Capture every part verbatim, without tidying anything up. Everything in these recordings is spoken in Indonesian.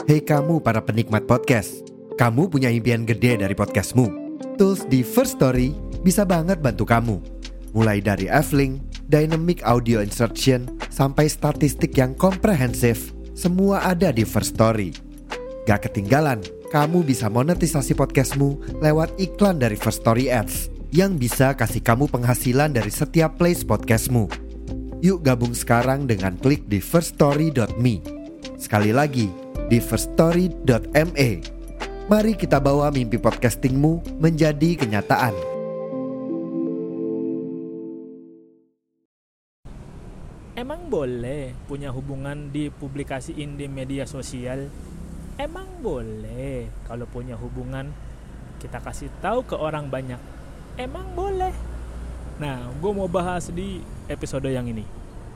Hei kamu para penikmat podcast, kamu punya impian gede dari podcastmu. Tools di First Story bisa banget bantu kamu. Mulai dari F-Link, Dynamic Audio Insertion, sampai statistik yang komprehensif, semua ada di First Story. Gak ketinggalan, kamu bisa monetisasi podcastmu lewat iklan dari First Story Ads yang bisa kasih kamu penghasilan dari setiap plays podcastmu. Yuk gabung sekarang dengan klik di first story dot me. Sekali lagi, di first story dot me. Mari kita bawa mimpi podcastingmu menjadi kenyataan. Emang boleh punya hubungan dipublikasiin di media sosial? Emang boleh kalau punya hubungan kita kasih tahu ke orang banyak? Emang boleh? Nah, gue mau bahas di episode yang ini.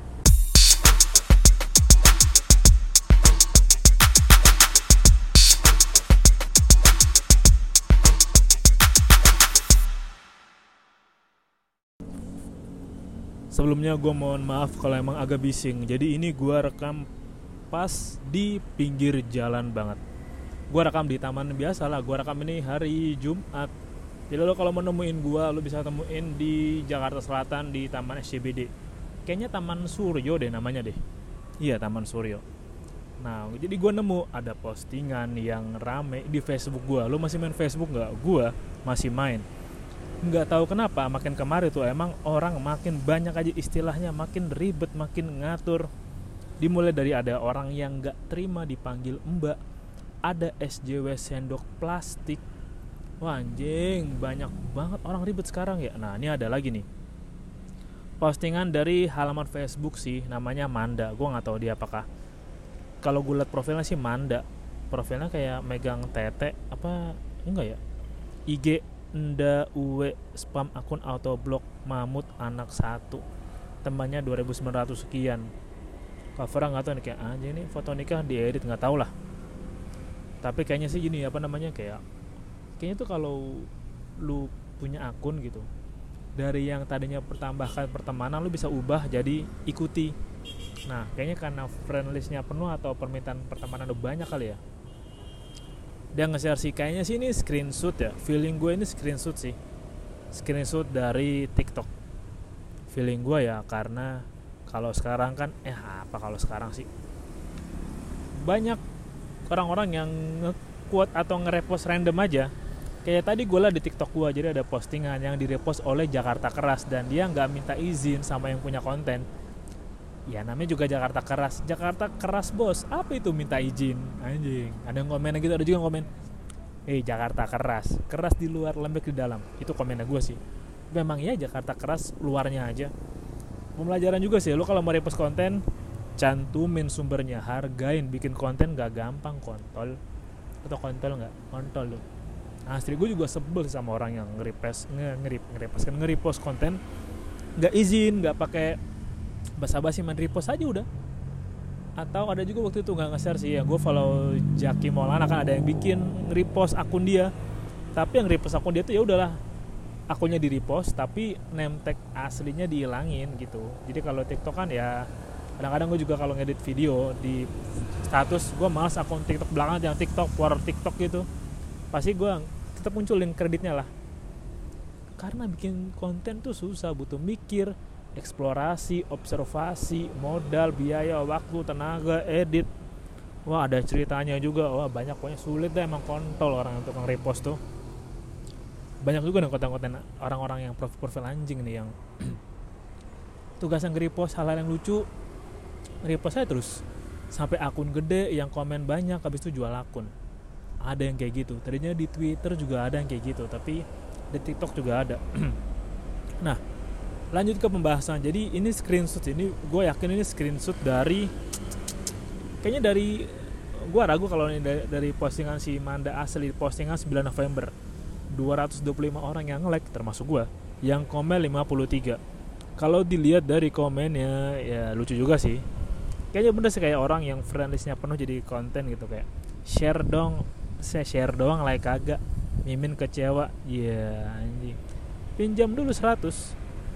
Sebelumnya gue mohon maaf kalau emang agak bising. Jadi ini gue rekam pas di pinggir jalan banget. Gue rekam di taman biasa lah. Gue rekam ini hari Jumat. Jadi lo kalau mau nemuin gue, lo bisa temuin di Jakarta Selatan di Taman S C B D. Kayaknya Taman Suryo deh namanya deh. Iya, Taman Suryo. Nah, jadi gue nemu ada postingan yang rame di Facebook gue. Lo masih main Facebook gak? Gue masih main. Nggak tahu kenapa makin kemarin tuh emang orang makin banyak aja istilahnya, makin ribet, makin ngatur. Dimulai dari ada orang yang nggak terima dipanggil mbak, ada S J W sendok plastik. Wah anjing, banyak banget orang ribet sekarang ya. Nah ini ada lagi nih postingan dari halaman Facebook sih, namanya Manda. Gue nggak tahu dia apakah, kalau gue liat profilnya sih Manda, profilnya kayak megang tete apa enggak ya, I G Nda Uwe spam akun autoblog Mamut anak satu, temannya dua ribu sembilan ratus sekian. Covernya nggak tahu nih, kayak aja ini foto nikah diedit, nggak tahu lah. Tapi kayaknya sih gini, apa namanya, kayak kayaknya tuh kalau lu punya akun gitu, dari yang tadinya pertambahkan pertemanan lu bisa ubah jadi ikuti. Nah kayaknya karena friend listnya penuh atau permintaan pertemanan lu banyak kali ya, dia nge-share sih, kayaknya sih ini screenshot ya, feeling gue ini screenshot sih, screenshot dari TikTok, feeling gue ya. Karena kalau sekarang kan eh apa kalau sekarang sih banyak orang-orang yang nge-quote atau nge-repost random aja. Kayak tadi gue lah di TikTok gue, jadi ada postingan yang di-repost oleh Jakarta Keras dan dia nggak minta izin sama yang punya konten. Ya namanya juga Jakarta Keras, Jakarta Keras bos, apa itu minta izin, anjing. Ada yang komen gitu, ada juga yang komen, eh hey, Jakarta Keras, keras di luar, lembek di dalam. Itu komennya gue sih, memang ya Jakarta Keras luarnya aja. Pembelajaran juga sih, lo kalau mau repost konten cantumin sumbernya, hargain. Bikin konten gak gampang, kontol. Atau kontol gak? Kontol lo. Asli gue juga sebel sama orang yang nge-repost nge-repost nge-repost kan nge-repost konten gak izin, gak pakai basa-basi, main repost aja udah. Atau ada juga waktu itu nggak nge-share sih ya, gue follow Jaki Maulana, kan ada yang bikin repost akun dia, tapi yang repost akun dia tuh ya udahlah, akunnya di repost tapi name tag aslinya dihilangin gitu. Jadi kalau TikTok kan ya kadang-kadang gue juga kalau ngedit video di status gue malas akun TikTok belakang yang TikTok war TikTok gitu, pasti gue tetap munculin kreditnya lah. Karena bikin konten tuh susah, butuh mikir, eksplorasi, observasi, modal, biaya, waktu, tenaga, edit. Wah ada ceritanya juga, wah banyak, pokoknya sulit deh emang kontol orang yang tukang repost tuh. Banyak juga nih konten-konten orang-orang yang profil-profil anjing nih yang tugasnya nge-repost hal-hal yang lucu, repost aja terus sampai akun gede yang komen banyak, habis itu jual akun. Ada yang kayak gitu, tadinya di Twitter juga ada yang kayak gitu, tapi di TikTok juga ada. Nah lanjut ke pembahasan. Jadi ini screenshot, ini gue yakin ini screenshot dari, kayaknya dari, gue ragu kalau ini dari, dari postingan si Manda asli, postingan sembilan November. Dua ratus dua puluh lima orang yang nge-like termasuk gue, yang komen lima puluh tiga. Kalau dilihat dari komennya ya lucu juga sih. Kayaknya bener sih, kayak orang yang friendlistnya penuh jadi konten gitu, kayak share dong, saya share doang, like kagak, mimin kecewa. Ya yeah, anjing, pinjam dulu seratus.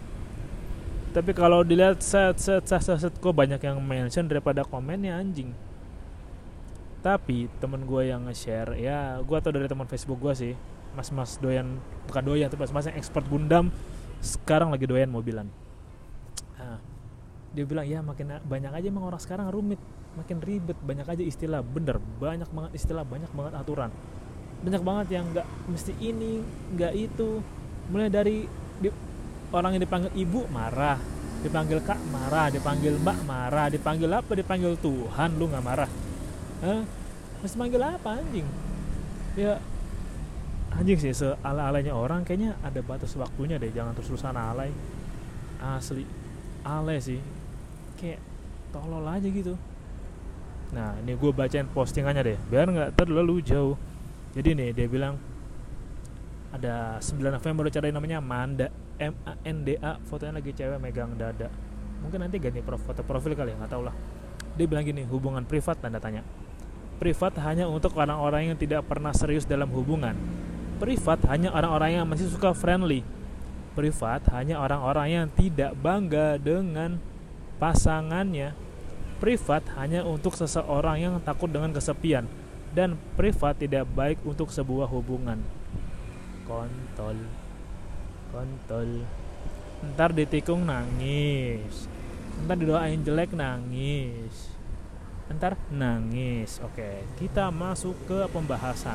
Tapi kalau dilihat set set set set, set kok banyak yang mention daripada komennya anjing. Tapi temen gue yang nge-share, ya gue tau dari teman Facebook gue sih, mas-mas doyan, bukan doyan, tapi mas-mas yang expert Gundam sekarang lagi doyan mobilan. Nah, dia bilang ya makin banyak aja emang orang sekarang rumit, makin ribet, banyak aja istilah. Bener, banyak banget istilah, banyak banget aturan, banyak banget yang nggak mesti ini, nggak itu. Mulai dari di, orang yang dipanggil ibu marah, dipanggil kak marah, dipanggil mbak marah, dipanggil apa, dipanggil Tuhan, lu nggak marah? Hah? Mesti manggil apa anjing? Ya anjing sih, seala-alanya orang kayaknya ada batas waktunya deh, jangan terus-terusan alay. Asli alay sih, kayak tolol aja gitu. Nah ini gue bacain postingannya deh biar gak terlalu jauh. Jadi nih dia bilang ada sembilan November cari namanya Manda, M A N D A, fotonya lagi cewek megang dada. Mungkin nanti ganti foto profil kali ya, gak tau lah. Dia bilang gini, hubungan privat tanda tanya. Privat hanya untuk orang-orang yang tidak pernah serius dalam hubungan. Privat hanya orang-orang yang masih suka friendly. Privat hanya orang-orang yang tidak bangga dengan pasangannya. Privat hanya untuk seseorang yang takut dengan kesepian. Dan privat tidak baik untuk sebuah hubungan. Kontol. Kontol. Ntar ditikung nangis. Ntar didoain jelek nangis. Ntar nangis. Oke, kita masuk ke pembahasan.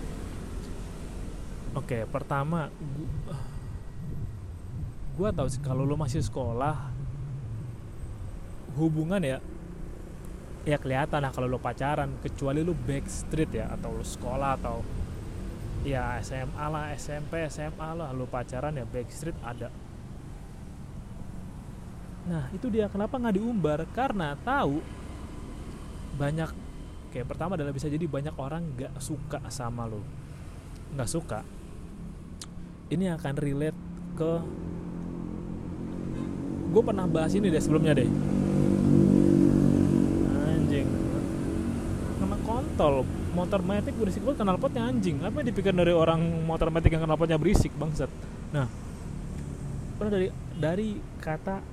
Oke, pertama gua, gua tahu sih kalau lu masih sekolah, hubungan ya ya kelihatan lah kalau lu pacaran, kecuali lu backstreet ya, atau lu sekolah, atau ya S M A lah, S M P, S M A lah, lu pacaran ya backstreet ada. Nah itu dia kenapa nggak diumbar, karena tahu banyak, kayak pertama adalah bisa jadi banyak orang gak suka sama lo, gak suka. Ini akan relate ke, gue pernah bahas ini deh sebelumnya deh. Anjing, kena kontol, motor metik berisik banget, knalpotnya anjing. Apa yang dipikir dari orang motor metik yang knalpotnya berisik bangsat. Nah, pernah dari dari kata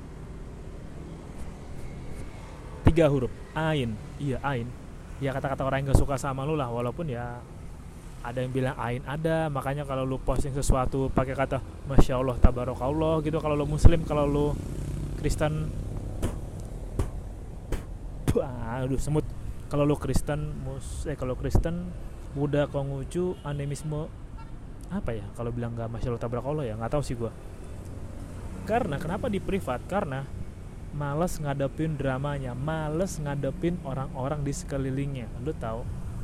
tiga huruf, ain. Iya ain. Ya kata-kata orang yang gak suka sama lu lah. Walaupun ya ada yang bilang ain ada. Makanya kalau lu posting sesuatu pakai kata Masya Allah Tabarakallah gitu, kalau lu muslim, kalau lu Kristen, aduh semut. Kalau lu Kristen mus, eh kalau Kristen Buddha, Konghucu, animisme, apa ya kalau bilang gak Masya Allah Tabarakallah ya, gak tahu sih gua. Karena kenapa di privat? Karena males ngadepin dramanya, males ngadepin orang-orang di sekelilingnya. Lu tahu,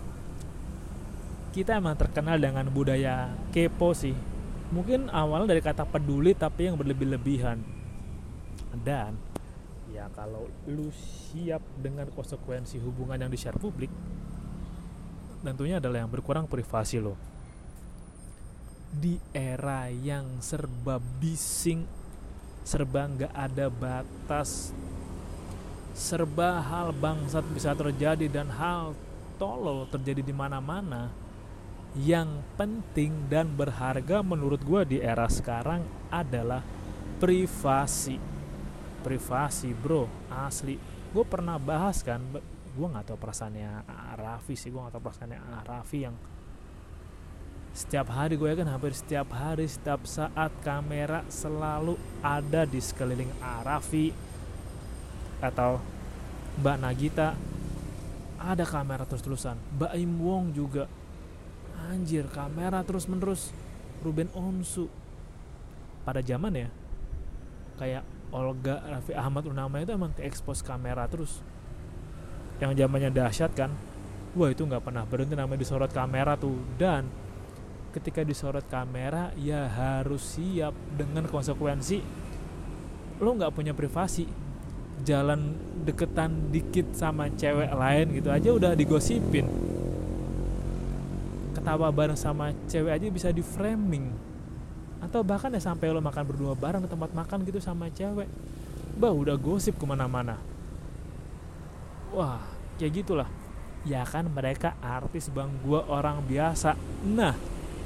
kita emang terkenal dengan budaya kepo sih. Mungkin awalnya dari kata peduli tapi yang berlebih-lebihan. Dan ya kalau lu siap dengan konsekuensi hubungan yang di-share publik, tentunya adalah yang berkurang privasi lo. Di era yang serba bising, serba gak ada batas, serba hal bangsat bisa terjadi dan hal tolol terjadi di mana-mana. Yang penting dan berharga menurut gue di era sekarang adalah privasi. Privasi bro, asli. Gue pernah bahas kan, gue gak tahu perasaannya Raffi sih, gue gak tahu perasaannya Raffi yang setiap hari, gue yakin hampir setiap hari, setiap saat kamera selalu ada di sekeliling Raffi atau Mbak Nagita, ada kamera terus-terusan. Mbak Im Wong juga, anjir kamera terus-menerus. Ruben Onsu pada zaman ya, kayak Olga, Raffi Ahmad Unama itu emang ke-expose kamera terus. Yang zamannya dahsyat kan, wah itu nggak pernah berhenti namanya disorot kamera tuh. Dan ketika disorot kamera ya harus siap dengan konsekuensi. Lo nggak punya privasi, jalan deketan dikit sama cewek lain gitu aja udah digosipin, ketawa bareng sama cewek aja bisa di framing, atau bahkan ya sampai lo makan berdua bareng di tempat makan gitu sama cewek, bah udah gosip kemana-mana. Wah kayak gitulah ya kan, mereka artis bang, gua orang biasa. Nah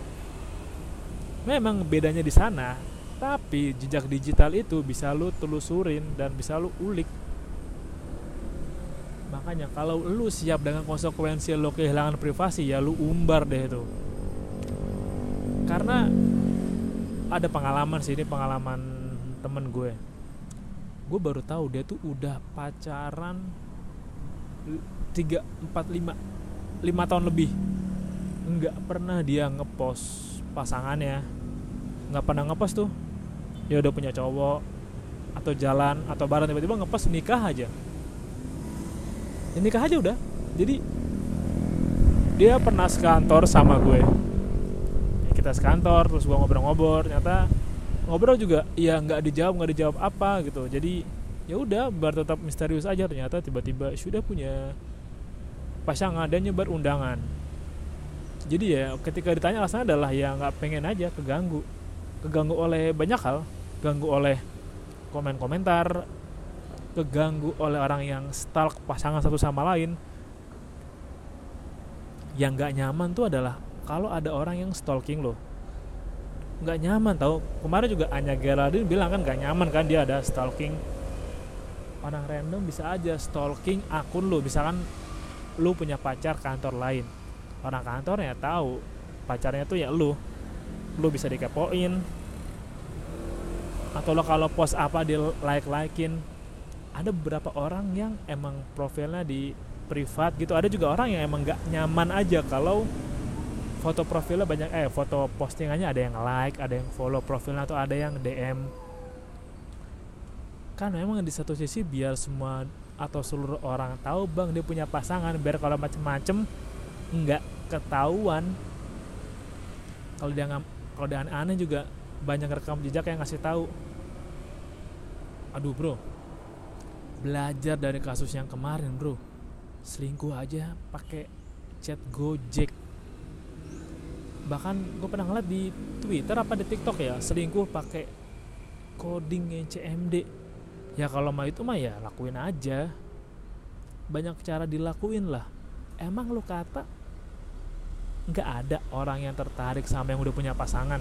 memang bedanya di sana, tapi jejak digital itu bisa lu telusurin dan bisa lu ulik. Makanya kalau lu siap dengan konsekuensi lu kehilangan privasi, ya lu umbar deh itu. Karena ada pengalaman sih, ini pengalaman temen gue. Gue baru tahu dia tuh udah pacaran tiga, empat, lima lima tahun lebih. Nggak pernah dia ngepost pasangannya, nggak pernah ngepost tuh dia udah punya cowok atau jalan atau bareng, tiba-tiba ngepost nikah aja. Ya, nikah aja udah. Jadi dia pernah sekantor sama gue, ya, kita sekantor terus gue ngobrol-ngobrol, ternyata ngobrol juga ya nggak dijawab nggak dijawab apa gitu. Jadi ya udah biar tetap misterius aja. Ternyata tiba-tiba sudah punya pasangan dan nyebar undangan. Jadi ya ketika ditanya alasannya adalah ya nggak pengen aja, keganggu keganggu oleh banyak hal, keganggu oleh komen-komentar, keganggu oleh orang yang stalk pasangan satu sama lain. Yang nggak nyaman tuh adalah kalau ada orang yang stalking lo. Nggak nyaman tau. Kemarin juga Anya Geraldine bilang kan nggak nyaman kan dia ada stalking. Orang random bisa aja stalking akun lo. Misalkan lo punya pacar kantor lain, orang kantornya tahu pacarnya tuh ya lo, lo bisa dikepoin. Atau lo kalau post apa di like-likein. Ada beberapa orang yang emang profilnya di privat gitu. Ada juga orang yang emang gak nyaman aja kalau foto profilnya banyak, eh foto postingannya ada yang like, ada yang follow profilnya, atau ada yang D M. Kan memang di satu sisi biar semua atau seluruh orang tahu bang dia punya pasangan, biar kalau macem-macem nggak ketahuan. Kalau dia ngam, kalau dia aneh-aneh juga banyak rekam jejak yang ngasih tahu. Aduh bro, belajar dari kasus yang kemarin bro, selingkuh aja pakai chat Gojek. Bahkan gue pernah ngeliat di Twitter apa di TikTok ya, selingkuh pakai coding C M D. Ya kalau mau itu mah ya lakuin aja, banyak cara dilakuin lah. Emang lu kata nggak ada orang yang tertarik sama yang udah punya pasangan?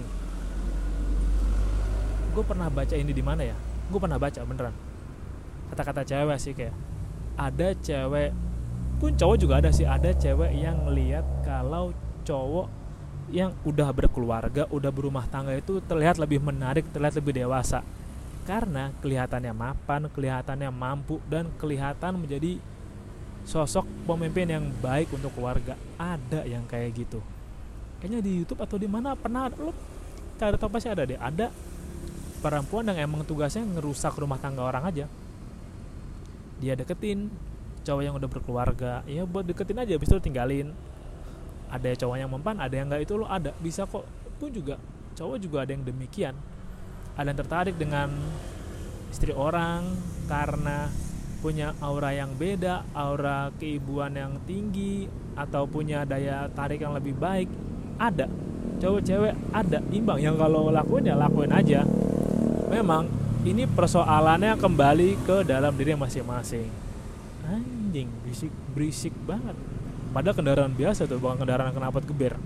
Gue pernah baca ini di mana ya? Gue pernah baca beneran. Kata-kata cewek sih kayak ada cewek, pun cowok juga ada sih, ada cewek yang ngelihat kalau cowok yang udah berkeluarga, udah berumah tangga itu terlihat lebih menarik, terlihat lebih dewasa. Karena kelihatannya mapan, kelihatannya mampu, dan kelihatan menjadi sosok pemimpin yang baik untuk keluarga. Ada yang kayak gitu. Kayaknya di YouTube atau di mana pernah lo cari tahu pasti ada deh. Ada perempuan yang emang tugasnya ngerusak rumah tangga orang aja. Dia deketin cowok yang udah berkeluarga, ya buat deketin aja, habis itu tinggalin. Ada cowok yang mempan, ada yang enggak, itu lo ada, bisa kok. Pun juga cowok juga ada yang demikian. Ada yang tertarik dengan istri orang karena punya aura yang beda, aura keibuan yang tinggi, atau punya daya tarik yang lebih baik. Ada cowok cewek, ada imbang. Yang kalau lakuin ya lakuin aja. Memang ini persoalannya kembali ke dalam diri masing-masing. Anjing, berisik berisik banget. Padahal kendaraan biasa tuh, bukan kendaraan knalpot geber.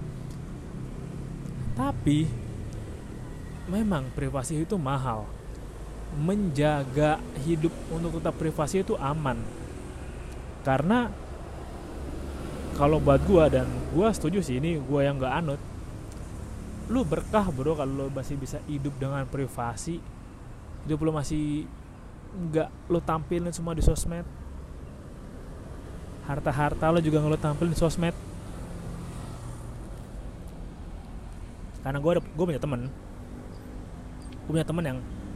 Tapi memang privasi itu mahal. Menjaga hidup untuk tetap privasi itu aman. Karena kalau buat gua, dan gua setuju sih, ini gua yang gak anut, lu berkah bro kalau lu masih bisa hidup dengan privasi. Hidup lu masih gak lu tampilin semua di sosmed. Harta-harta lu juga gak lu tampilin di sosmed. Karena gua ada, gua punya temen Gue punya temen yang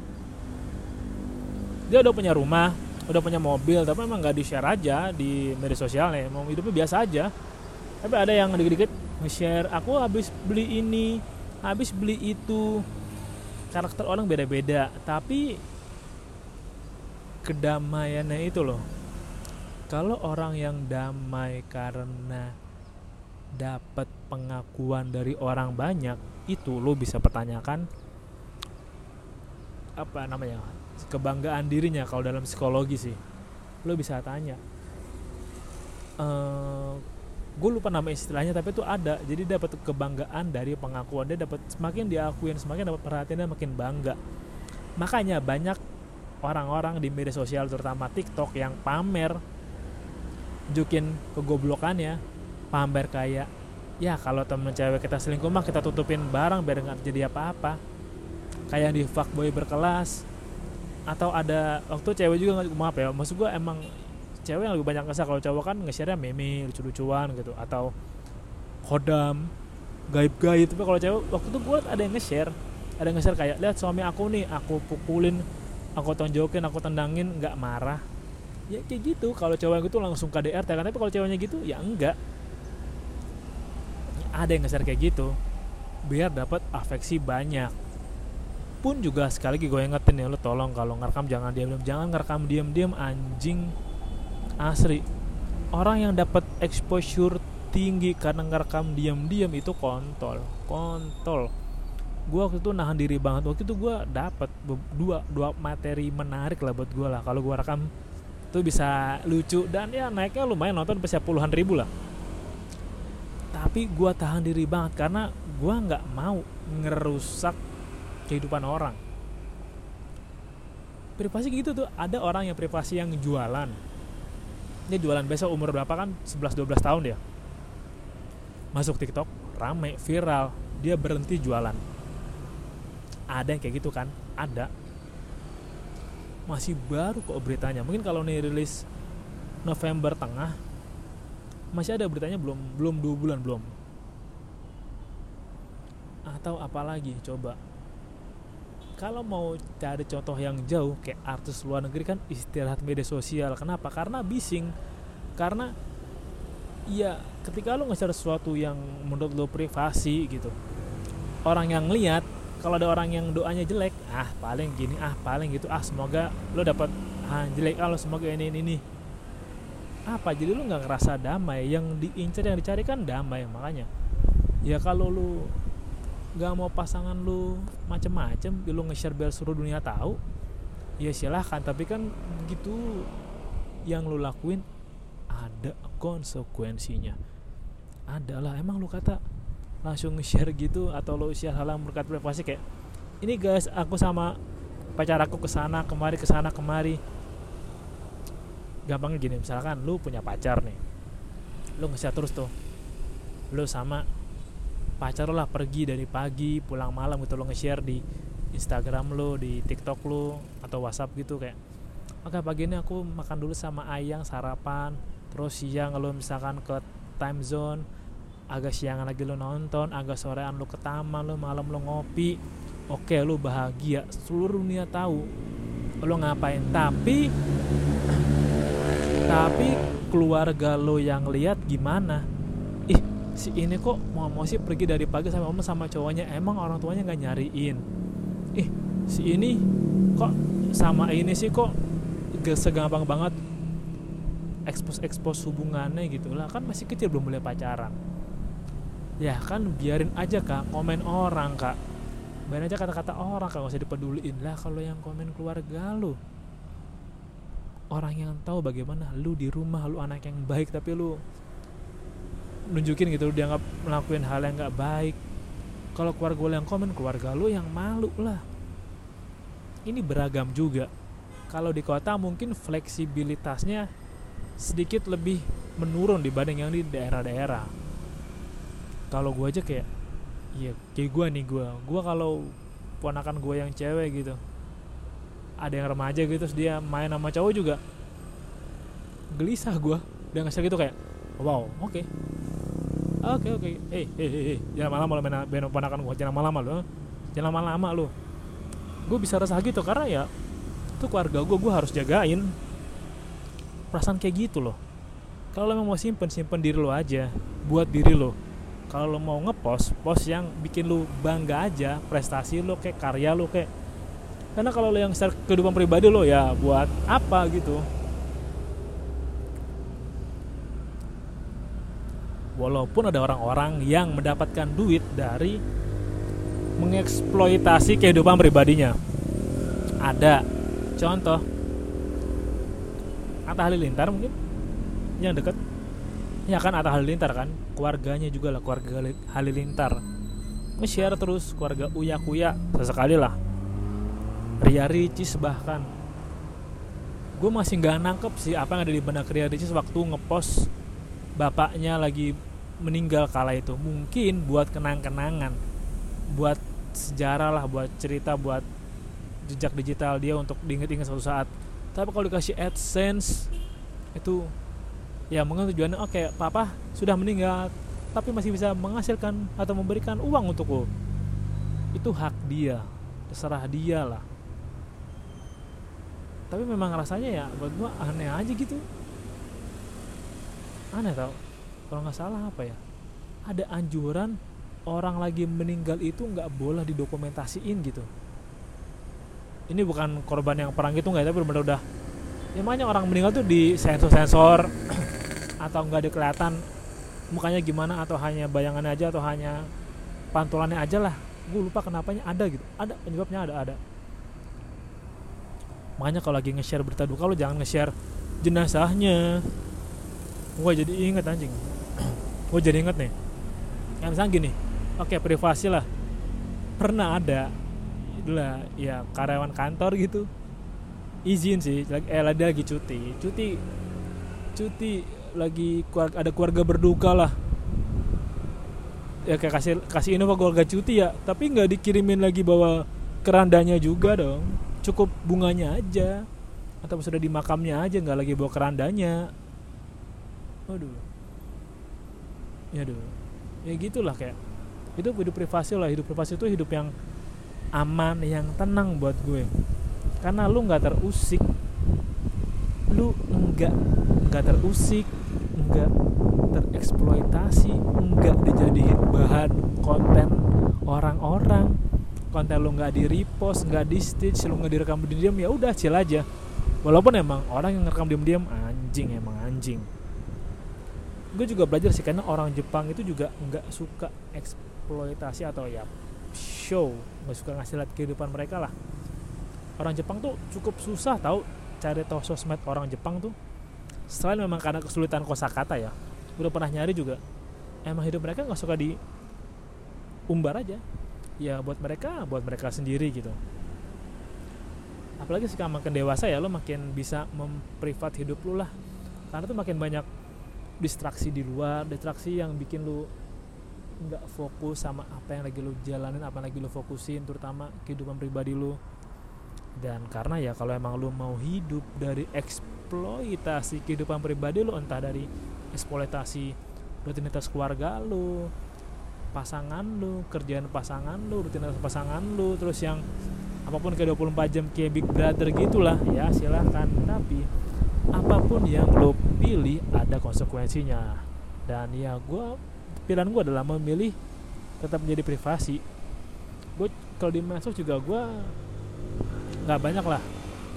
dia udah punya rumah, udah punya mobil, tapi memang gak di-share aja di media sosialnya. Mau hidupnya biasa aja. Tapi ada yang dikit-dikit nge-share, aku habis beli ini, habis beli itu. Karakter orang beda-beda, tapi kedamaiannya itu loh. Kalau orang yang damai karena dapat pengakuan dari orang banyak, itu lo bisa pertanyakan apa namanya, kebanggaan dirinya. Kalau dalam psikologi sih lo bisa tanya, uh, gue lupa nama istilahnya, tapi itu ada. Jadi dapat kebanggaan dari pengakuan dia, dapat semakin diakuin, semakin dapat perhatian, dia makin bangga. Makanya banyak orang-orang di media sosial terutama TikTok yang pamer nunjukin kegoblokannya, pamer kayak ya kalau temen cewek kita selingkuh mah kita tutupin barang biar nggak jadi apa-apa, kayak di fuckboy berkelas. Atau ada waktu cewek juga, maaf ya, maksud gue emang cewek yang lebih banyak nge-share. Kalau cowok kan nge-share-nya meme lucu-lucuan gitu atau kodam gaib-gaib. Tapi kalau cewek waktu itu gue ada yang nge-share ada yang nge-share kayak lihat suami aku nih, aku pukulin, aku tonjokin, aku tendangin, nggak marah. Ya kayak gitu. Kalau cowok gitu langsung K D R T kan, tapi kalau ceweknya gitu ya enggak. Ada yang nge-share kayak gitu biar dapat afeksi banyak. Pun juga sekali lagi gue ingetin ya, lo tolong kalau ngerekam jangan diam-diam, jangan ngerekam diam-diam anjing. Asli, orang yang dapat exposure tinggi karena ngerekam diam-diam itu kontol, kontol. Gue waktu itu nahan diri banget. Waktu itu gue dapat dua dua materi menarik lah buat gue lah. Kalau gue rekam tuh bisa lucu dan ya naiknya lumayan, nonton bisa puluhan ribu lah. Tapi gue tahan diri banget karena gue nggak mau ngerusak kehidupan orang. Privasi gitu tuh, ada orang yang privasi yang jualan. Dia jualan besok umur berapa kan, sebelas dua belas tahun dia. Masuk TikTok, rame, viral, dia berhenti jualan. Ada yang kayak gitu kan, ada. Masih baru kok beritanya. Mungkin kalau nih rilis November tengah, masih ada beritanya belum belum dua bulan belum. Atau apalagi coba. Kalau mau cari contoh yang jauh kayak artis luar negeri kan istirahat media sosial. Kenapa? Karena bising. Karena ya ketika lo nge-share sesuatu yang menurut lo privasi gitu, orang yang lihat, kalau ada orang yang doanya jelek, ah paling gini, ah paling gitu, ah semoga lo dapat ah jelek, ah lo semoga ini ini ini. Apa? Jadi lo nggak ngerasa damai. Yang diincar, yang dicari kan damai. Makanya ya kalau lo gak mau pasangan lu macem-macem, lu nge-share biar seluruh dunia tahu, ya silahkan. Tapi kan gitu, yang lu lakuin ada konsekuensinya. Ada lah. Emang lu kata langsung nge-share gitu atau lu share hal yang berkat privasi kayak ini guys, aku sama pacar aku kesana kemari kesana kemari. Gampangnya gini, misalkan lu punya pacar nih, lu nge-share terus tuh lu sama pacar lo lah pergi dari pagi pulang malam gitu, lo nge-share di Instagram lo, di TikTok lo atau WhatsApp gitu kayak oke pagi ini aku makan dulu sama ayang sarapan, terus siang lo misalkan ke time zone, agak siangan lagi lo nonton, agak sorean lo ke taman, lo malam lo ngopi. Oke, lo bahagia, seluruh dunia tahu lo ngapain. Tapi tapi keluarga lo yang lihat gimana? Ih, si ini kok mau-mau sih pergi dari pagi sampai malam sama cowoknya, emang orang tuanya nggak nyariin. Ih, si ini kok sama ini sih kok segampang banget ekspos-ekspos hubungannya gitu lah, kan masih kecil belum boleh pacaran. Ya kan biarin aja kak komen orang kak, biarin aja kata-kata orang kak, nggak usah dipeduliin lah. Kalau yang komen keluarga lu, orang yang tahu bagaimana lu di rumah, lu anak yang baik tapi lu nunjukin gitu, dia nggak melakukan hal yang nggak baik. Kalau keluarga lu yang komen, keluarga lu yang malu lah. Ini beragam juga. Kalau di kota mungkin fleksibilitasnya sedikit lebih menurun dibanding yang di daerah-daerah. Kalau gue aja kayak, iya kayak gue nih gue, gue kalau ponakan gue yang cewek gitu, ada yang remaja gitu, terus dia main sama cowok juga, gelisah gue. Dia ngasih gitu kayak, wow, oke. Okay. Oke okay, oke, okay. hey hey hey hey, jangan lama-lama lo main ponakan gue, jangan lama-lama lo, jangan lama-lama lo. Gue bisa rasa gitu karena ya itu keluarga gue, gue harus jagain. Perasaan kayak gitu loh. Kalau lo mau simpen, simpen diri lo aja, buat diri lo. Kalau lo mau ngepost, post yang bikin lo bangga aja, prestasi lo kayak karya lo kayak. Karena kalau lo yang share kehidupan pribadi lo ya buat apa gitu. Walaupun ada orang-orang yang mendapatkan duit dari mengeksploitasi kehidupan pribadinya. Ada. Contoh Atta Halilintar mungkin yang dekat. Ya kan Atta Halilintar kan, keluarganya juga lah, keluarga Halilintar. Nge-share terus keluarga Uya Kuya sesekali lah. Ria Ricis bahkan. gue masih nggak nangkep sih apa yang ada di benak Ria Ricis waktu ngepost bapaknya lagi meninggal kala itu. Mungkin buat kenang-kenangan, buat sejarah lah, buat cerita, buat jejak digital dia untuk diinget-inget suatu saat. Tapi kalau dikasih AdSense itu ya mungkin tujuannya oke, okay, papa sudah meninggal tapi masih bisa menghasilkan atau memberikan uang untukku. Itu hak dia, terserah dia lah. Tapi memang rasanya ya buat gua aneh aja gitu. Aneh tau. Kalau nggak salah apa ya, ada anjuran orang lagi meninggal itu nggak boleh didokumentasiin gitu. Ini bukan korban yang perang gitu nggak, tapi benar-benar udah ya makanya orang meninggal tuh di sensor-sensor atau nggak ada kelihatan mukanya gimana, atau hanya bayangannya aja, atau hanya pantulannya aja lah. Gue lupa kenapanya ada gitu, ada penyebabnya, ada ada makanya kalau lagi nge-share berita duka lo jangan nge-share jenazahnya. Gue jadi inget anjing gue jadi inget nih yang misalnya gini, oke okay, privasi lah. Pernah ada itulah ya karyawan kantor gitu izin sih lagi, eh dia lagi cuti cuti cuti lagi keluarga, ada keluarga berduka lah ya, kayak kasih kasih info keluarga cuti ya, tapi nggak dikirimin lagi bawa kerandanya juga dong, cukup bunganya aja atau sudah di makamnya aja, nggak lagi bawa kerandanya. Waduh, ya aduh, ya gitulah kayak itu hidup privasi lah. Hidup privasi itu hidup yang aman, yang tenang buat gue, karena lu nggak terusik, lu enggak enggak terusik, enggak tereksploitasi, enggak dijadiin bahan konten orang-orang. Konten lu nggak di repost, nggak di stitch, lu nggak direkam diam-diam, ya udah chill aja. Walaupun emang orang yang ngerekam diam-diam anjing, emang anjing. Gue juga belajar sih, karena orang Jepang itu juga nggak suka eksploitasi atau ya show, nggak suka ngasih lihat kehidupan mereka lah. Orang Jepang tuh cukup susah tahu cari tahu sosmed orang Jepang tuh. Selain memang karena kesulitan kosakata ya, udah pernah nyari juga, emang hidup mereka nggak suka diumbar aja. Ya buat mereka, buat mereka sendiri gitu. Apalagi sekarang makin dewasa ya, lo makin bisa memprivat hidup lo lah. Karena tuh makin banyak distraksi di luar, distraksi yang bikin lo nggak fokus sama apa yang lagi lo jalanin, apa yang lagi lo fokusin, terutama kehidupan pribadi lo. Dan karena ya kalau emang lo mau hidup dari eksploitasi kehidupan pribadi lo, entah dari eksploitasi rutinitas keluarga lo, pasangan lu, kerjaan pasangan lu, rutinitas pasangan lu, terus yang apapun ke dua puluh empat jam kayak Big Brother gitulah, ya silahkan. Tapi apapun yang lu pilih ada konsekuensinya. Dan ya gue, pilihan gue adalah memilih tetap menjadi privasi. Gue kalau di medsos juga gue nggak banyak lah,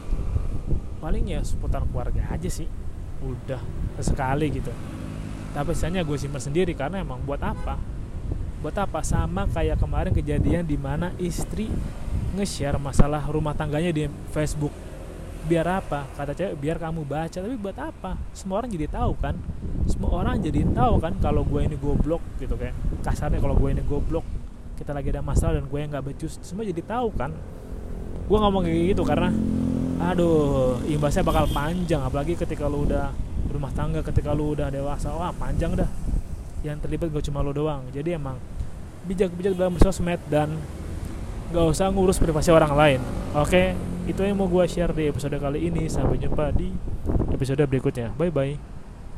paling ya seputar keluarga aja sih, udah sesekali gitu. Tapi sisanya gue simpan sendiri, karena emang buat apa? Buat apa? Sama kayak kemarin kejadian di mana istri nge-share masalah rumah tangganya di Facebook. Biar apa? Kata cewek, biar kamu baca. Tapi buat apa? Semua orang jadi tahu kan? Semua orang jadi tahu kan kalau gue ini goblok gitu, kayak kasarnya kalau gue ini goblok, kita lagi ada masalah dan gue yang nggak becus, semua jadi tahu kan? Gue ngomong kayak gitu karena aduh, imbasnya bakal panjang, apalagi ketika lu udah rumah tangga, ketika lu udah dewasa, wah panjang dah. Yang terlibat gak cuma lo doang. Jadi emang bijak-bijak dalam bersosmed dan gak usah ngurus privasi orang lain. Oke, itu yang mau gue share di episode kali ini. Sampai jumpa di episode berikutnya. Bye bye.